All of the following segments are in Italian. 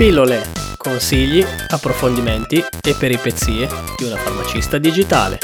Pillole, consigli, approfondimenti e peripezie di una farmacista digitale.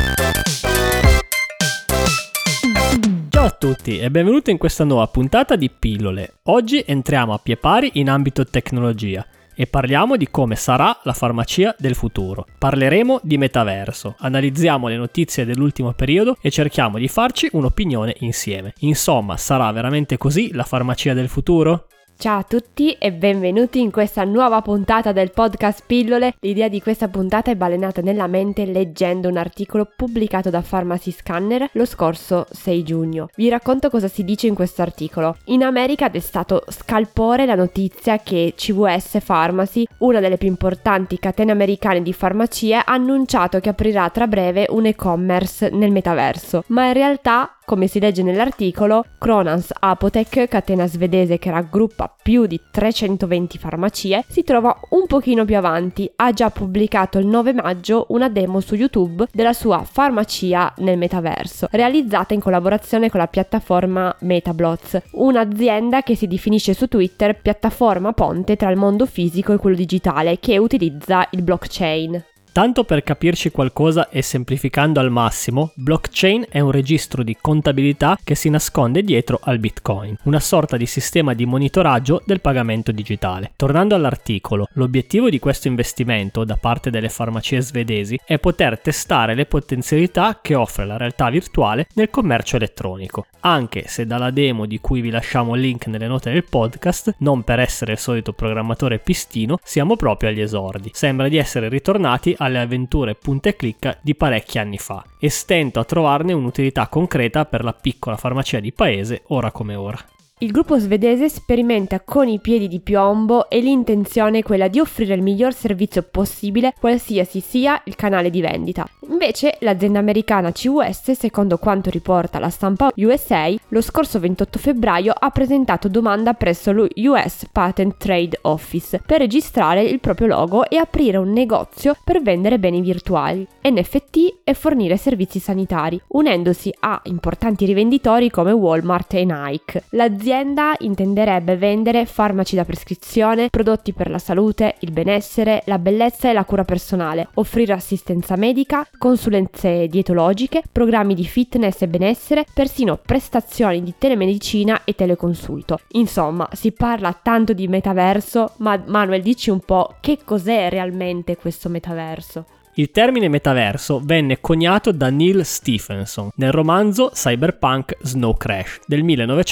Ciao a tutti e benvenuti in questa nuova puntata di Pillole. Oggi entriamo a pie pari in ambito tecnologia e parliamo di come sarà la farmacia del futuro. Parleremo di metaverso, analizziamo le notizie dell'ultimo periodo e cerchiamo di farci un'opinione insieme. Insomma, sarà veramente così la farmacia del futuro? Ciao a tutti e benvenuti in questa nuova puntata del podcast Pillole. L'idea di questa puntata è balenata nella mente leggendo un articolo pubblicato da Pharmacy Scanner lo scorso 6 giugno. Vi racconto cosa si dice in questo articolo. In America ha destato scalpore la notizia che CVS Pharmacy, una delle più importanti catene americane di farmacie, ha annunciato che aprirà tra breve un e-commerce nel metaverso. Ma in realtà, come si legge nell'articolo, Kronans Apotek, catena svedese che raggruppa più di 320 farmacie, si trova un pochino più avanti. Ha già pubblicato il 9 maggio una demo su YouTube della sua farmacia nel metaverso, realizzata in collaborazione con la piattaforma Metablots, un'azienda che si definisce su Twitter piattaforma ponte tra il mondo fisico e quello digitale, che utilizza il blockchain. Tanto per capirci qualcosa e semplificando al massimo, blockchain è un registro di contabilità che si nasconde dietro al Bitcoin, una sorta di sistema di monitoraggio del pagamento digitale. Tornando all'articolo, l'obiettivo di questo investimento da parte delle farmacie svedesi è poter testare le potenzialità che offre la realtà virtuale nel commercio elettronico, anche se dalla demo di cui vi lasciamo il link nelle note del podcast, non per essere il solito programmatore pistino, siamo proprio agli esordi. Sembra di essere ritornati alle avventure punta e clicca di parecchi anni fa e stento a trovarne un'utilità concreta per la piccola farmacia di paese ora come ora. Il gruppo svedese sperimenta con i piedi di piombo e l'intenzione è quella di offrire il miglior servizio possibile qualsiasi sia il canale di vendita. Invece l'azienda americana CVS, secondo quanto riporta la stampa USA, lo scorso 28 febbraio ha presentato domanda presso lo US Patent Trade Office per registrare il proprio logo e aprire un negozio per vendere beni virtuali, NFT e fornire servizi sanitari, unendosi a importanti rivenditori come Walmart e Nike. L'azienda intenderebbe vendere farmaci da prescrizione, prodotti per la salute, il benessere, la bellezza e la cura personale, offrire assistenza medica, consulenze dietologiche, programmi di fitness e benessere, persino prestazioni di telemedicina e teleconsulto. Insomma, si parla tanto di metaverso, ma Manuel, dici un po' che cos'è realmente questo metaverso? Il termine metaverso venne coniato da Neal Stephenson nel romanzo Cyberpunk Snow Crash del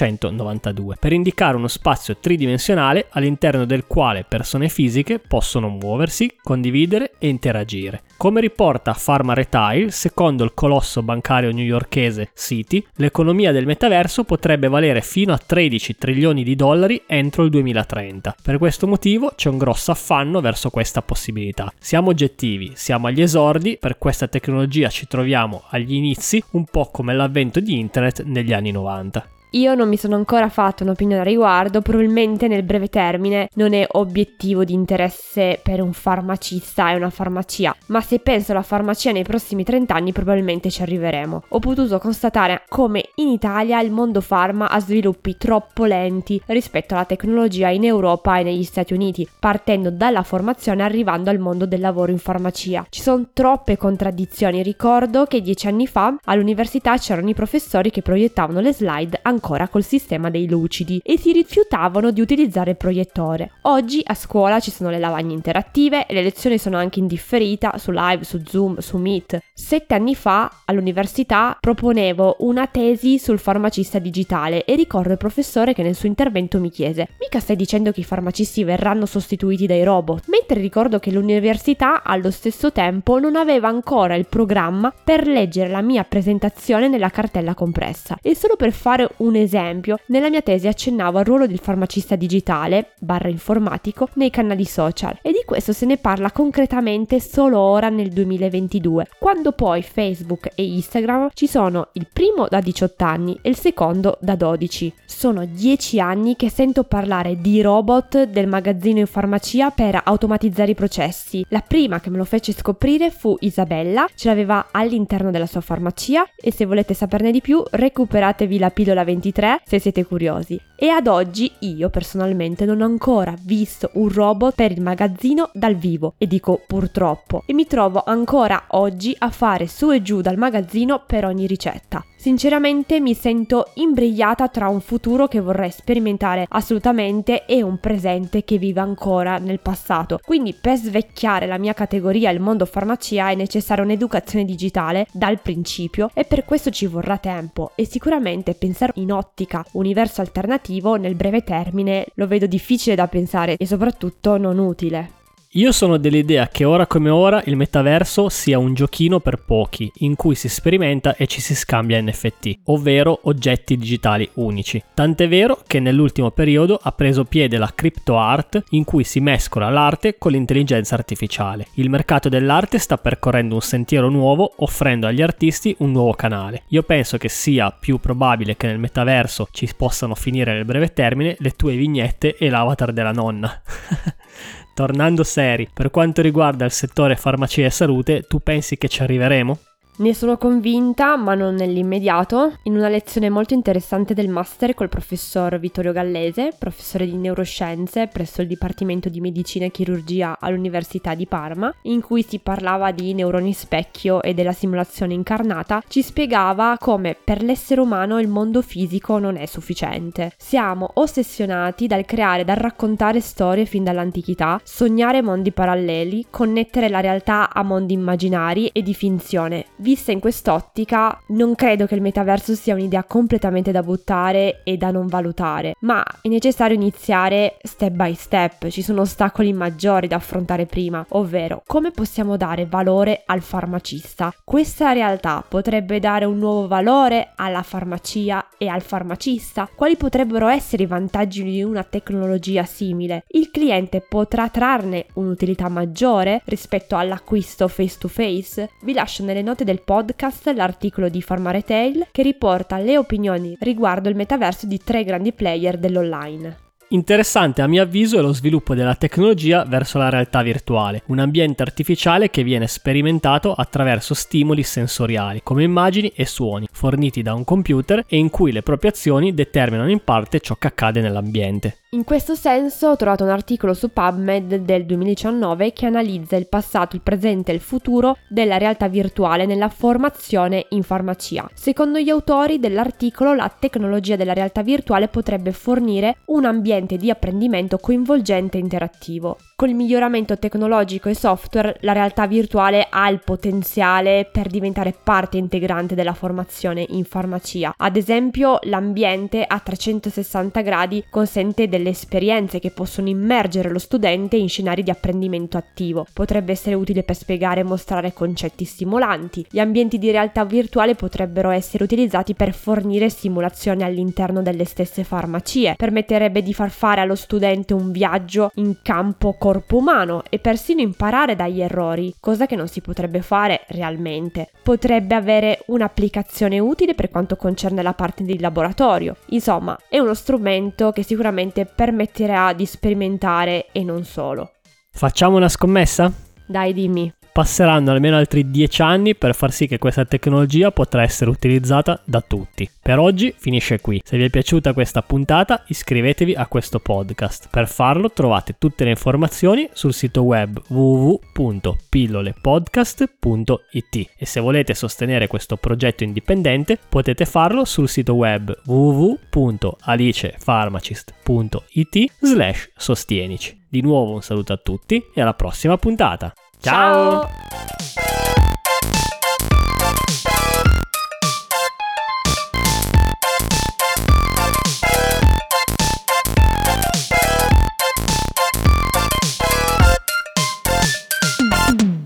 1992 per indicare uno spazio tridimensionale all'interno del quale persone fisiche possono muoversi, condividere e interagire. Come riporta Pharma Retail, secondo il colosso bancario newyorkese Citi, l'economia del metaverso potrebbe valere fino a 13 trilioni di dollari entro il 2030. Per questo motivo c'è un grosso affanno verso questa possibilità. Siamo oggettivi, siamo agli esordi, per questa tecnologia ci troviamo agli inizi, un po' come l'avvento di internet negli anni 90. Io non mi sono ancora fatto un'opinione a riguardo, probabilmente nel breve termine non è obiettivo di interesse per un farmacista e una farmacia, ma se penso alla farmacia nei prossimi 30 anni probabilmente ci arriveremo. Ho potuto constatare come in Italia il mondo farma ha sviluppi troppo lenti rispetto alla tecnologia in Europa e negli Stati Uniti, partendo dalla formazione e arrivando al mondo del lavoro in farmacia. Ci sono troppe contraddizioni, ricordo che 10 anni fa all'università c'erano i professori che proiettavano le slide ancora col sistema dei lucidi e si rifiutavano di utilizzare il proiettore. Oggi a scuola ci sono le lavagne interattive e le lezioni sono anche in differita su Live, su Zoom, su Meet. 7 anni fa all'università proponevo una tesi sul farmacista digitale e ricordo il professore che nel suo intervento mi chiese: mica stai dicendo che i farmacisti verranno sostituiti dai robot? Mentre ricordo che l'università allo stesso tempo non aveva ancora il programma per leggere la mia presentazione nella cartella compressa. E solo per fare un esempio, nella mia tesi accennavo al ruolo del farmacista digitale / informatico nei canali social, e di questo se ne parla concretamente solo ora nel 2022, quando poi Facebook e Instagram ci sono il primo da 18 anni e il secondo da 12. Sono 10 anni che sento parlare di robot del magazzino in farmacia per automatizzare i processi. La prima che me lo fece scoprire fu Isabella, ce l'aveva all'interno della sua farmacia, e se volete saperne di più recuperatevi la pillola 20 2023 se siete curiosi. E ad oggi io personalmente non ho ancora visto un robot per il magazzino dal vivo, e dico purtroppo, e mi trovo ancora oggi a fare su e giù dal magazzino per ogni ricetta. Sinceramente mi sento imbrigliata tra un futuro che vorrei sperimentare assolutamente e un presente che vive ancora nel passato. Quindi per svecchiare la mia categoria, il mondo farmacia, è necessaria un'educazione digitale dal principio, e per questo ci vorrà tempo, e sicuramente pensare in ottica universo alternativo nel breve termine lo vedo difficile da pensare e soprattutto non utile. Io sono dell'idea che ora come ora il metaverso sia un giochino per pochi, in cui si sperimenta e ci si scambia NFT, ovvero oggetti digitali unici. Tant'è vero che nell'ultimo periodo ha preso piede la crypto art, in cui si mescola l'arte con l'intelligenza artificiale. Il mercato dell'arte sta percorrendo un sentiero nuovo, offrendo agli artisti un nuovo canale. Io penso che sia più probabile che nel metaverso ci possano finire nel breve termine le tue vignette e l'avatar della nonna. Tornando seri, per quanto riguarda il settore farmacia e salute, tu pensi che ci arriveremo? Ne sono convinta, ma non nell'immediato. In una lezione molto interessante del master col professor Vittorio Gallese, professore di neuroscienze presso il Dipartimento di Medicina e Chirurgia all'Università di Parma, in cui si parlava di neuroni specchio e della simulazione incarnata, ci spiegava come per l'essere umano il mondo fisico non è sufficiente. Siamo ossessionati dal creare, dal raccontare storie fin dall'antichità, sognare mondi paralleli, connettere la realtà a mondi immaginari e di finzione. Vista in quest'ottica, non credo che il metaverso sia un'idea completamente da buttare e da non valutare, ma è necessario iniziare step by step. Ci sono ostacoli maggiori da affrontare prima, ovvero come possiamo dare valore al farmacista. Questa realtà potrebbe dare un nuovo valore alla farmacia e al farmacista. Quali potrebbero essere i vantaggi di una tecnologia simile? Il cliente potrà trarne un'utilità maggiore rispetto all'acquisto face to face? Vi lascio nelle note del podcast l'articolo di Pharma Retail che riporta le opinioni riguardo il metaverso di 3 grandi player dell'online. Interessante a mio avviso è lo sviluppo della tecnologia verso la realtà virtuale, un ambiente artificiale che viene sperimentato attraverso stimoli sensoriali come immagini e suoni forniti da un computer e in cui le proprie azioni determinano in parte ciò che accade nell'ambiente. In questo senso ho trovato un articolo su PubMed del 2019 che analizza il passato, il presente e il futuro della realtà virtuale nella formazione in farmacia. Secondo gli autori dell'articolo, la tecnologia della realtà virtuale potrebbe fornire un ambiente di apprendimento coinvolgente e interattivo. Con il miglioramento tecnologico e software, la realtà virtuale ha il potenziale per diventare parte integrante della formazione in farmacia. Ad esempio, l'ambiente a 360 gradi consente delle esperienze che possono immergere lo studente in scenari di apprendimento attivo. Potrebbe essere utile per spiegare e mostrare concetti stimolanti. Gli ambienti di realtà virtuale potrebbero essere utilizzati per fornire simulazioni all'interno delle stesse farmacie. Permetterebbe di far fare allo studente un viaggio in campo corpo umano e persino imparare dagli errori, cosa che non si potrebbe fare realmente. Potrebbe avere un'applicazione utile per quanto concerne la parte di laboratorio. Insomma, è uno strumento che sicuramente permetterà di sperimentare e non solo. Facciamo una scommessa? Dai, dimmi. Passeranno almeno altri 10 anni per far sì che questa tecnologia potrà essere utilizzata da tutti. Per oggi finisce qui. Se vi è piaciuta questa puntata, iscrivetevi a questo podcast. Per farlo trovate tutte le informazioni sul sito web www.pillolepodcast.it e se volete sostenere questo progetto indipendente potete farlo sul sito web www.alicepharmacist.it/sostienici. Di nuovo un saluto a tutti e alla prossima puntata. Ciao!